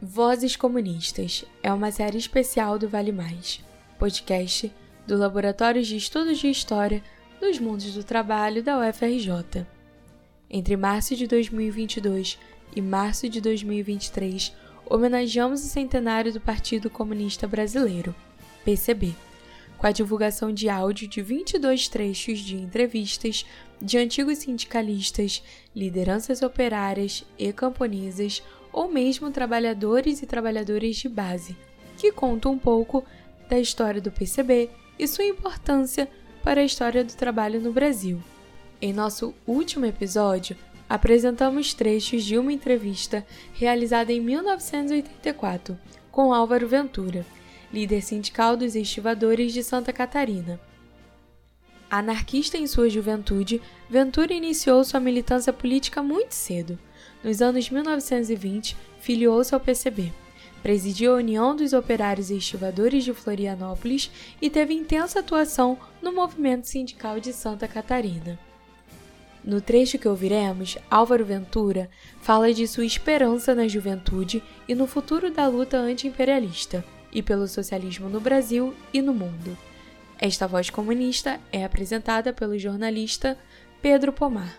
Vozes Comunistas é uma série especial do Vale Mais, podcast do Laboratório de Estudos de História dos Mundos do Trabalho da UFRJ. Entre março de 2022 e março de 2023, homenageamos o centenário do Partido Comunista Brasileiro, PCB, com a divulgação de áudio de 22 trechos de entrevistas de antigos sindicalistas, lideranças operárias e camponesas, ou mesmo trabalhadores e trabalhadoras de base, que contam um pouco da história do PCB e sua importância para a história do trabalho no Brasil. Em nosso último episódio, apresentamos trechos de uma entrevista realizada em 1984 com Álvaro Ventura, líder sindical dos estivadores de Santa Catarina. Anarquista em sua juventude, Ventura iniciou sua militância política muito cedo. Nos anos 1920, filiou-se ao PCB, presidiu a União dos Operários e Estivadores de Florianópolis e teve intensa atuação no movimento sindical de Santa Catarina. No trecho que ouviremos, Álvaro Ventura fala de sua esperança na juventude e no futuro da luta anti-imperialista e pelo socialismo no Brasil e no mundo. Esta voz comunista é apresentada pelo jornalista Pedro Pomar.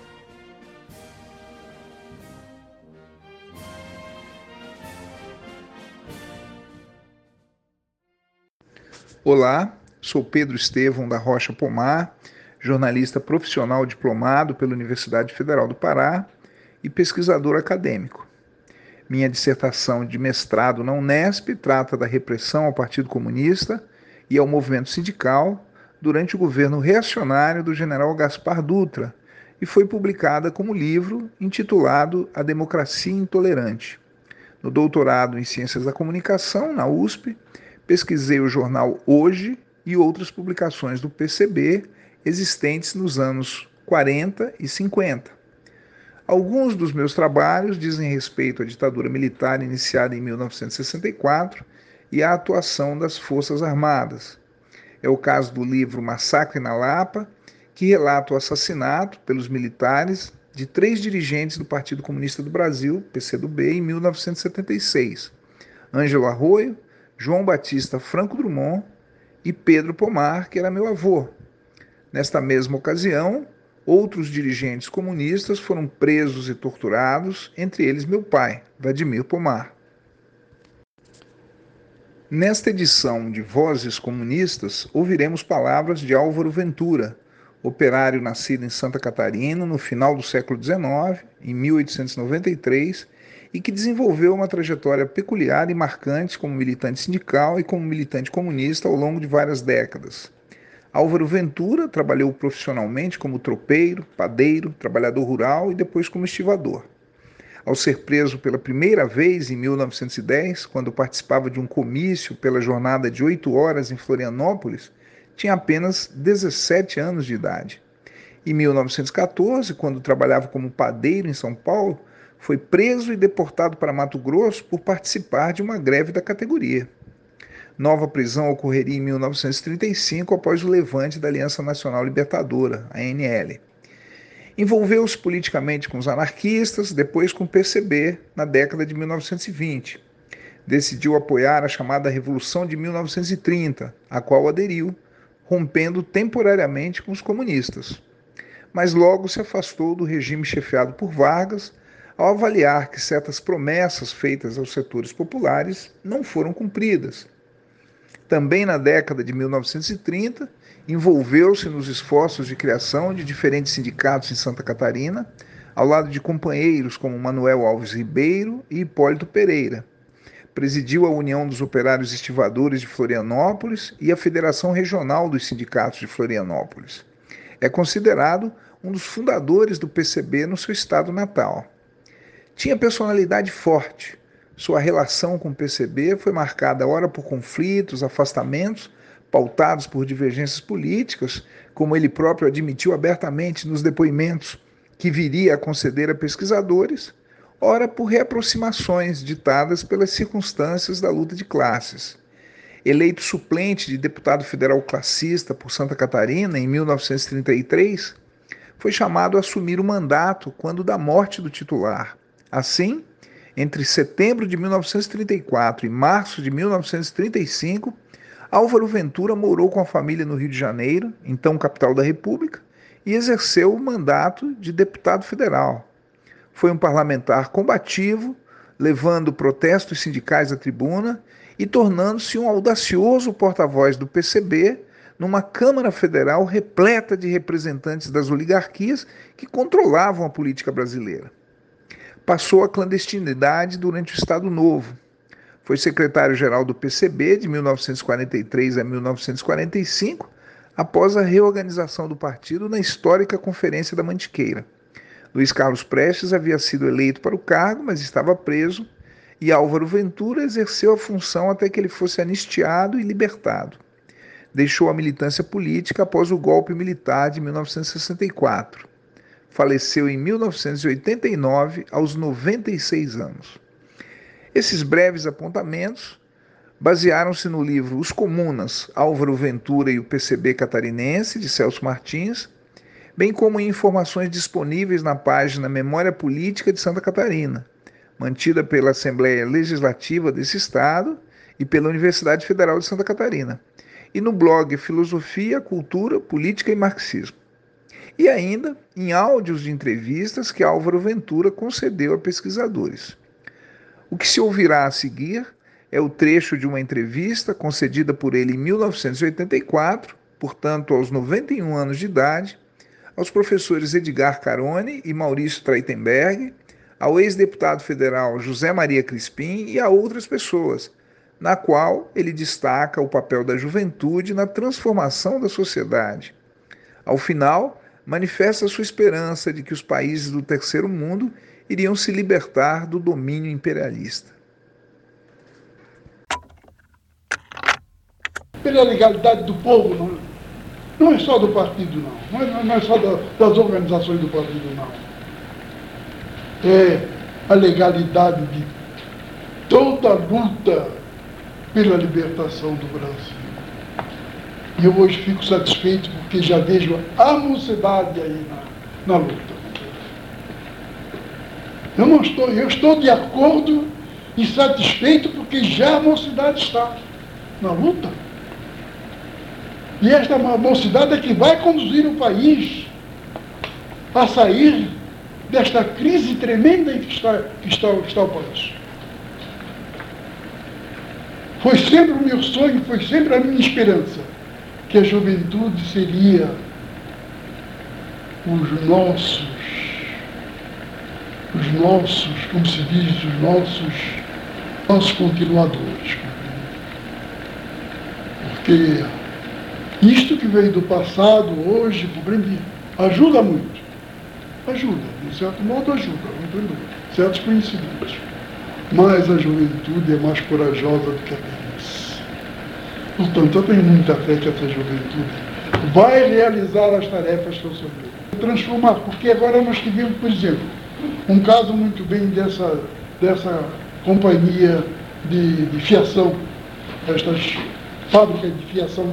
Olá, sou Pedro Estevão da Rocha Pomar, jornalista profissional diplomado pela Universidade Federal do Pará e pesquisador acadêmico. Minha dissertação de mestrado na Unesp trata da repressão ao Partido Comunista e ao movimento sindical durante o governo reacionário do general Gaspar Dutra e foi publicada como livro intitulado A Democracia Intolerante. No doutorado em Ciências da Comunicação, na USP, pesquisei o jornal Hoje e outras publicações do PCB existentes nos anos 40 e 50. Alguns dos meus trabalhos dizem respeito à ditadura militar iniciada em 1964 e à atuação das Forças Armadas. É o caso do livro Massacre na Lapa, que relata o assassinato pelos militares de 3 dirigentes do Partido Comunista do Brasil, PCdoB, em 1976. Ângelo Arroio, João Batista Franco Drummond e Pedro Pomar, que era meu avô. Nesta mesma ocasião, outros dirigentes comunistas foram presos e torturados, entre eles meu pai, Vladimir Pomar. Nesta edição de Vozes Comunistas, ouviremos palavras de Álvaro Ventura, operário nascido em Santa Catarina no final do século XIX, em 1893, e que desenvolveu uma trajetória peculiar e marcante como militante sindical e como militante comunista ao longo de várias décadas. Álvaro Ventura trabalhou profissionalmente como tropeiro, padeiro, trabalhador rural e depois como estivador. Ao ser preso pela primeira vez em 1910, quando participava de um comício pela jornada de 8 horas em Florianópolis, tinha apenas 17 anos de idade. Em 1914, quando trabalhava como padeiro em São Paulo, foi preso e deportado para Mato Grosso por participar de uma greve da categoria. Nova prisão ocorreria em 1935 após o levante da Aliança Nacional Libertadora, ANL. Envolveu-se politicamente com os anarquistas, depois com o PCB, na década de 1920. Decidiu apoiar a chamada Revolução de 1930, a qual aderiu, rompendo temporariamente com os comunistas. Mas logo se afastou do regime chefiado por Vargas, ao avaliar que certas promessas feitas aos setores populares não foram cumpridas. Também na década de 1930, envolveu-se nos esforços de criação de diferentes sindicatos em Santa Catarina, ao lado de companheiros como Manuel Alves Ribeiro e Hipólito Pereira. Presidiu a União dos Operários Estivadores de Florianópolis e a Federação Regional dos Sindicatos de Florianópolis. É considerado um dos fundadores do PCB no seu estado natal. Tinha personalidade forte. Sua relação com o PCB foi marcada ora por conflitos, afastamentos, pautados por divergências políticas, como ele próprio admitiu abertamente nos depoimentos que viria a conceder a pesquisadores, ora por reaproximações ditadas pelas circunstâncias da luta de classes. Eleito suplente de deputado federal classista por Santa Catarina em 1933, foi chamado a assumir o mandato quando da morte do titular. Assim, Entre setembro de 1934 e março de 1935, Álvaro Ventura morou com a família no Rio de Janeiro, então capital da República, e exerceu o mandato de deputado federal. Foi um parlamentar combativo, levando protestos sindicais à tribuna e tornando-se um audacioso porta-voz do PCB numa Câmara Federal repleta de representantes das oligarquias que controlavam a política brasileira. Passou a clandestinidade durante o Estado Novo. Foi secretário-geral do PCB de 1943 a 1945, após a reorganização do partido na histórica Conferência da Mantiqueira. Luiz Carlos Prestes havia sido eleito para o cargo, mas estava preso, e Álvaro Ventura exerceu a função até que ele fosse anistiado e libertado. Deixou a militância política após o golpe militar de 1964. Faleceu em 1989, aos 96 anos. Esses breves apontamentos basearam-se no livro Os Comunas, Álvaro Ventura e o PCB Catarinense, de Celso Martins, bem como em informações disponíveis na página Memória Política de Santa Catarina, mantida pela Assembleia Legislativa desse estado e pela Universidade Federal de Santa Catarina, e no blog Filosofia, Cultura, Política e Marxismo. E ainda em áudios de entrevistas que Álvaro Ventura concedeu a pesquisadores. O que se ouvirá a seguir é o trecho de uma entrevista concedida por ele em 1984, portanto aos 91 anos de idade, aos professores Edgar Carone e Maurício Trachtenberg, ao ex-deputado federal José Maria Crispim e a outras pessoas, na qual ele destaca o papel da juventude na transformação da sociedade. Ao final, manifesta sua esperança de que os países do terceiro mundo iriam se libertar do domínio imperialista. Pela legalidade do povo, não é só do partido, não é só das organizações do partido, não. É a legalidade de toda a luta pela libertação do Brasil. E eu hoje fico satisfeito porque já vejo a mocidade aí na luta. Eu estou de acordo e satisfeito porque já a mocidade está na luta. E esta mocidade é que vai conduzir o país a sair desta crise tremenda em que está o país. Foi sempre o meu sonho, foi sempre a minha esperança que a juventude seria os nossos, como se diz, os nossos continuadores. Porque isto que veio do passado, hoje, compreende, ajuda muito. Ajuda, de certo modo ajuda, certos conhecimentos. Mas a juventude é mais corajosa do que a velhice. Portanto, eu tenho muita fé que essa juventude vai realizar as tarefas que eu sou. Transformar, porque agora nós tivemos, por exemplo, um caso muito bem dessa companhia de fiação, estas fábricas de fiação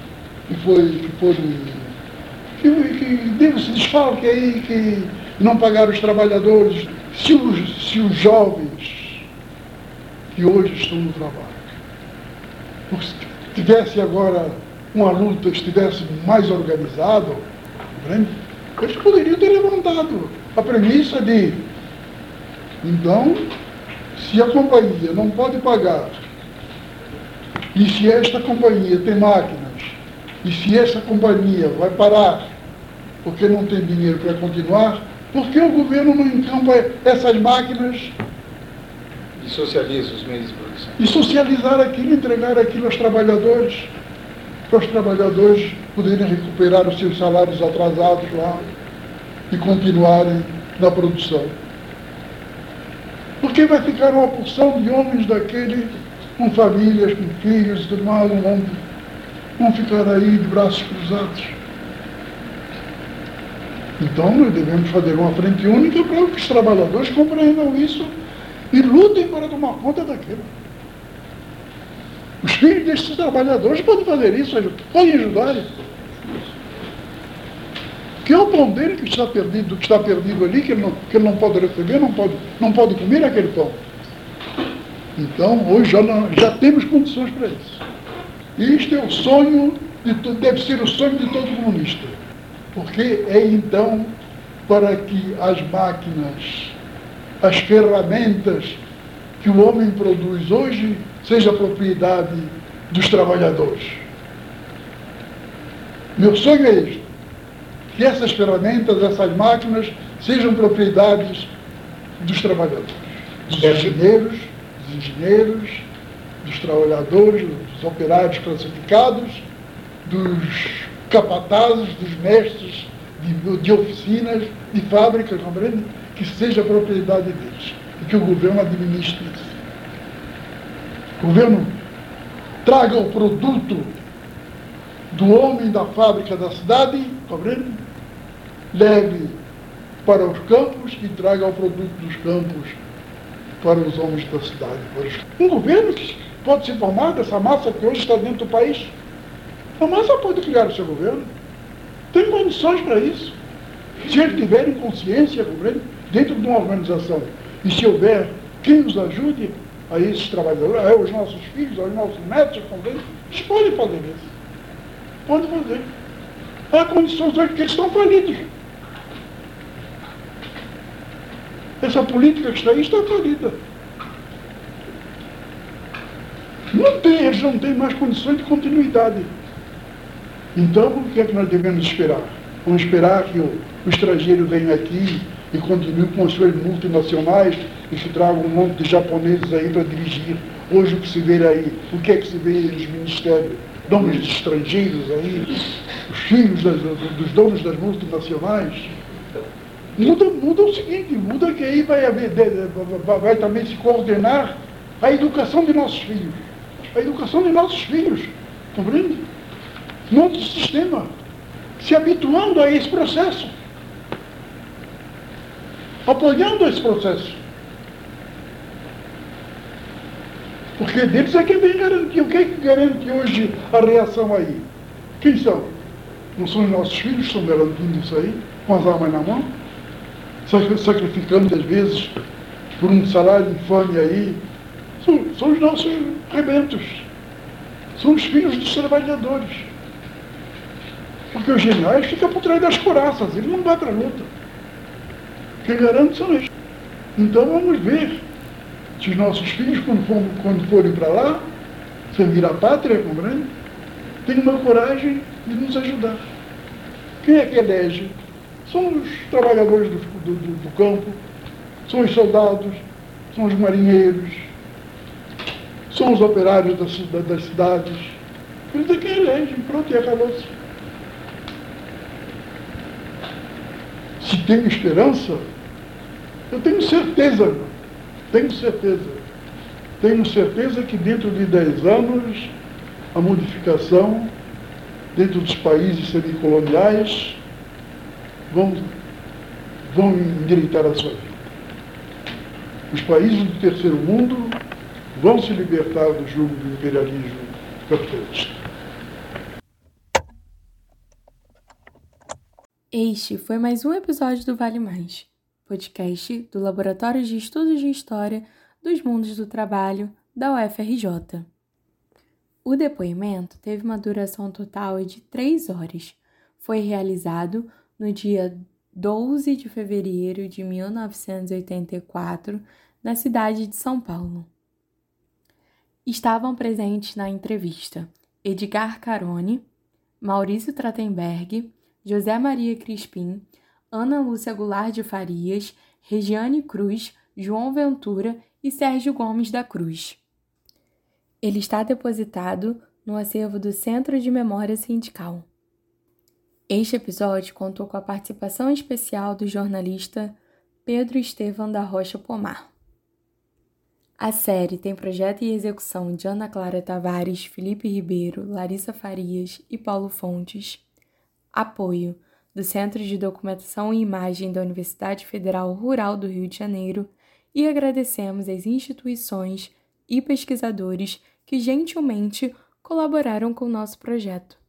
que deu esse desfalque aí, que não pagaram os trabalhadores. Se os jovens que hoje estão no trabalho, se tivesse agora uma luta, estivesse mais organizado, eles poderiam ter levantado a premissa de, então, se a companhia não pode pagar, e se esta companhia tem máquinas, e se essa companhia vai parar porque não tem dinheiro para continuar, por que o governo não encampa essas máquinas e socializa os meios de produção? E socializar aquilo, entregar aquilo aos trabalhadores, para os trabalhadores poderem recuperar os seus salários atrasados lá e continuarem na produção. Porque vai ficar uma porção de homens daquele, com famílias, com filhos e tudo mais, vão ficar aí de braços cruzados. Então nós devemos fazer uma frente única para que os trabalhadores compreendam isso e lutem para tomar conta daquilo. Os filhos desses trabalhadores podem fazer isso, podem ajudar. Que é o pão dele que está perdido ali, que ele não pode receber, não pode comer aquele pão. Então, hoje já temos condições para isso. E isto é o sonho, deve ser o sonho de todo comunista. Porque é então para que as máquinas, as ferramentas que o homem produz hoje, seja propriedade dos trabalhadores. Meu sonho é este, que essas ferramentas, essas máquinas, sejam propriedades dos trabalhadores, dos engenheiros, dos trabalhadores, dos operários classificados, dos capatazes, dos mestres de oficinas, de fábricas, compreende? Que seja propriedade deles e que o governo administre isso. O governo traga o produto do homem da fábrica da cidade, compreende? Leve para os campos e traga o produto dos campos para os homens da cidade. Um governo que pode se formar dessa massa que hoje está dentro do país. A massa pode criar o seu governo. Tem condições para isso. Se eles tiverem consciência, compreende? Dentro de uma organização. E se houver quem nos ajude a esses trabalhadores, aos nossos filhos, aos nossos netos, compreende? Eles podem fazer isso. Podem fazer. Há condições hoje que eles estão falidos. Essa política que está aí está falida. Eles não têm mais condições de continuidade. Então, o que é que nós devemos esperar? Vamos esperar que o estrangeiro venha aqui e continue com as suas multinacionais e que traga um monte de japoneses aí para dirigir. Hoje o que se vê aí, o que é que se vê nos ministérios? Donos de estrangeiros aí, os filhos dos donos das multinacionais. Muda o seguinte, muda que aí vai também se coordenar a educação de nossos filhos. A educação de nossos filhos, compreende? Num outro sistema, se habituando a esse processo, apoiando esse processo. Porque deles é quem vem garantir. O que é que garante hoje a reação aí? Quem são? Não são os nossos filhos que estão garantindo isso aí, com as armas na mão? Sacrificando, às vezes, por um salário infame aí. São os nossos rebentos. São os filhos dos trabalhadores. Porque os generais ficam por trás das couraças, ele não vai para a luta. Quem garante são eles. Então vamos ver se os nossos filhos, quando forem para lá, servir a pátria, compreende? Tem uma coragem de nos ajudar. Quem é que elege? São os trabalhadores do campo, são os soldados, são os marinheiros, são os operários das cidades. Eles é quem elege, pronto, e acabou-se. Se tem esperança, eu tenho certeza que dentro de 10 anos a modificação dentro dos países semicoloniais vão endireitar a sua vida. Os países do terceiro mundo vão se libertar do jugo do imperialismo capitalista. Este foi mais um episódio do Vale Mais, podcast do Laboratório de Estudos de História dos Mundos do Trabalho da UFRJ. O depoimento teve uma duração total de 3 horas. Foi realizado no dia 12 de fevereiro de 1984, na cidade de São Paulo. Estavam presentes na entrevista Edgar Carone, Maurício Trachtenberg, José Maria Crispim, Ana Lúcia Goulart de Farias, Regiane Cruz, João Ventura e Sérgio Gomes da Cruz. Ele está depositado no acervo do Centro de Memória Sindical. Este episódio contou com a participação especial do jornalista Pedro Estevam da Rocha Pomar. A série tem projeto e execução de Ana Clara Tavares, Felipe Ribeiro, Larissa Farias e Paulo Fontes. Apoio do Centro de Documentação e Imagem da Universidade Federal Rural do Rio de Janeiro e agradecemos às instituições e pesquisadores que gentilmente colaboraram com o nosso projeto.